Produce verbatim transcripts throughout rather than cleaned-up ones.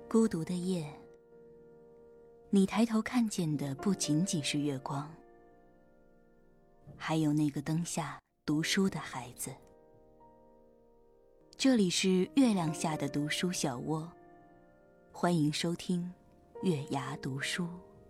孤独的夜，你抬头看见的不仅仅是月光，还有那个灯下读书的孩子。这里是月亮下的读书小窝，欢迎收听月牙读书。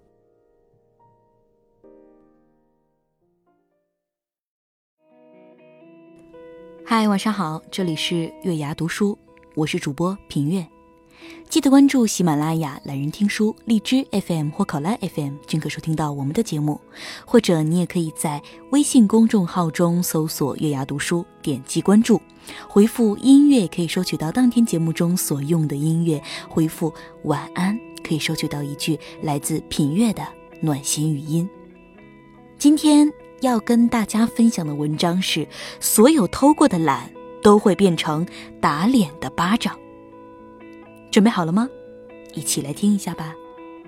嗨，晚上好，这里是月牙读书，我是主播品月。记得关注喜马拉雅、懒人听书、荔枝 F M 或考拉 F M， 均可收听到我们的节目。或者你也可以在微信公众号中搜索月牙读书，点击关注，回复音乐可以收取到当天节目中所用的音乐，回复晚安可以收取到一句来自品月的暖心语音。今天要跟大家分享的文章是：所有偷过的懒都会变成打脸的巴掌。准备好了吗？一起来听一下吧。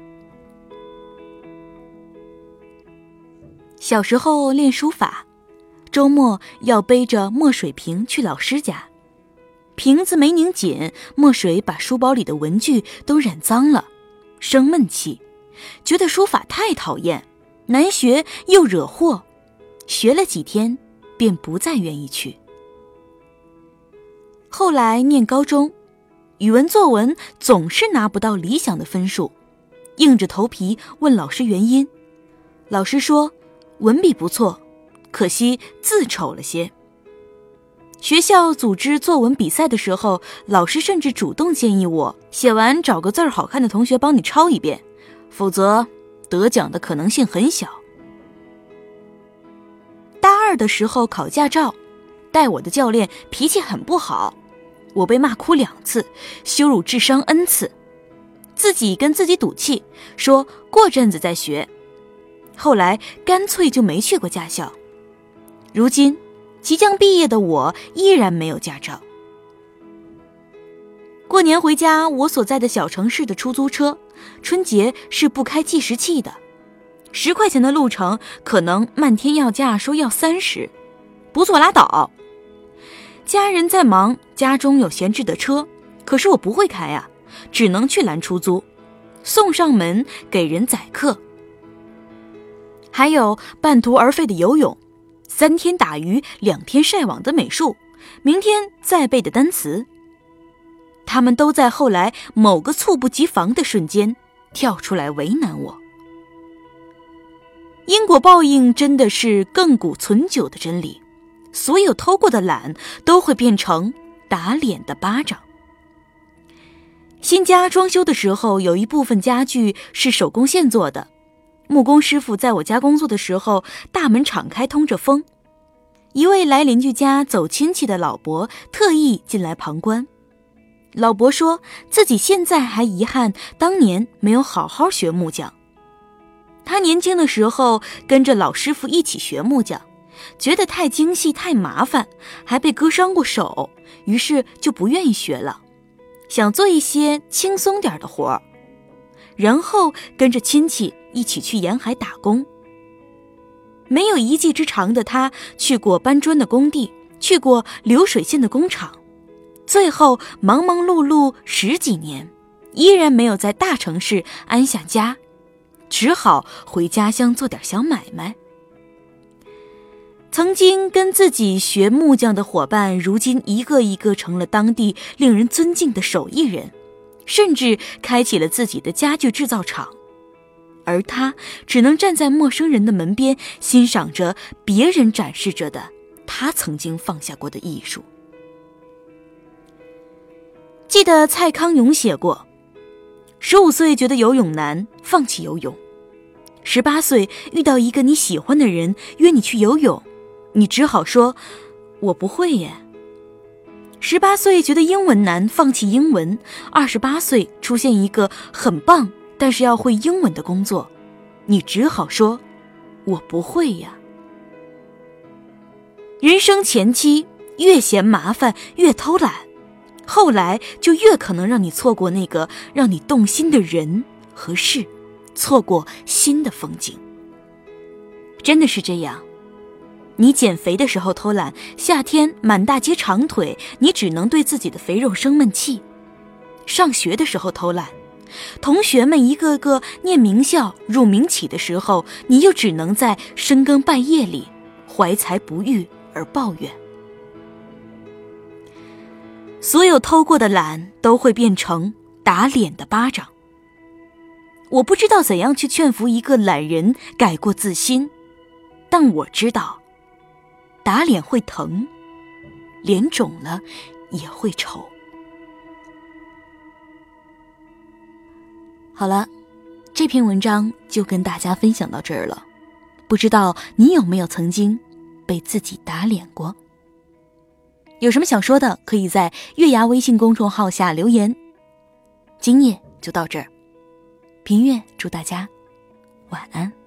小时候练书法，周末要背着墨水瓶去老师家，瓶子没拧紧，墨水把书包里的文具都染脏了，生闷气，觉得书法太讨厌，难学又惹祸，学了几天便不再愿意去。后来念高中，语文作文总是拿不到理想的分数，硬着头皮问老师原因。老师说文笔不错，可惜字丑了些。学校组织作文比赛的时候，老师甚至主动建议我写完找个字儿好看的同学帮你抄一遍，否则得奖的可能性很小。大二的时候考驾照，带我的教练脾气很不好，我被骂哭两次，羞辱智商 N 次，自己跟自己赌气，说过阵子再学。后来干脆就没去过驾校。如今即将毕业的我依然没有驾照。过年回家，我所在的小城市的出租车春节是不开计时器的，十块钱的路程可能漫天要价说要三十，不坐拉倒。家人在忙，家中有闲置的车，可是我不会开啊，只能去拦出租，送上门给人载客。还有半途而废的游泳，三天打鱼两天晒网的美术，明天再背的单词，他们都在后来某个猝不及防的瞬间跳出来为难我。因果报应真的是亘古存久的真理，所有偷过的懒都会变成打脸的巴掌。新家装修的时候，有一部分家具是手工线做的，木工师傅在我家工作的时候，大门敞开通着风，一位来邻居家走亲戚的老伯特意进来旁观。老伯说自己现在还遗憾当年没有好好学木匠，他年轻的时候跟着老师傅一起学木匠，觉得太精细太麻烦，还被割伤过手，于是就不愿意学了，想做一些轻松点的活儿，然后跟着亲戚一起去沿海打工。没有一技之长的他，去过搬砖的工地，去过流水线的工厂，最后忙忙碌碌十几年，依然没有在大城市安下家，只好回家乡做点小买卖。曾经跟自己学木匠的伙伴，如今一个一个成了当地令人尊敬的手艺人，甚至开启了自己的家具制造厂。而他只能站在陌生人的门边，欣赏着别人展示着的他曾经放下过的艺术。记得蔡康永写过，十五岁觉得游泳难，放弃游泳；十八岁遇到一个你喜欢的人约你去游泳，你只好说我不会耶。十八岁觉得英文难，放弃英文；二十八岁出现一个很棒但是要会英文的工作，你只好说我不会呀。人生前期越嫌麻烦越偷懒，后来就越可能让你错过那个让你动心的人和事，错过新的风景。真的是这样，你减肥的时候偷懒，夏天满大街长腿，你只能对自己的肥肉生闷气；上学的时候偷懒， 同学们一个个念名校入名起的时候，你又只能在深更半夜里怀才不遇而抱怨。所有偷过的懒都会变成打脸的巴掌。我不知道怎样去劝服一个懒人改过自新，但我知道打脸会疼，脸肿了也会丑。好了，这篇文章就跟大家分享到这儿了。不知道你有没有曾经被自己打脸过？有什么想说的，可以在月牙微信公众号下留言。今夜就到这儿，平月祝大家晚安。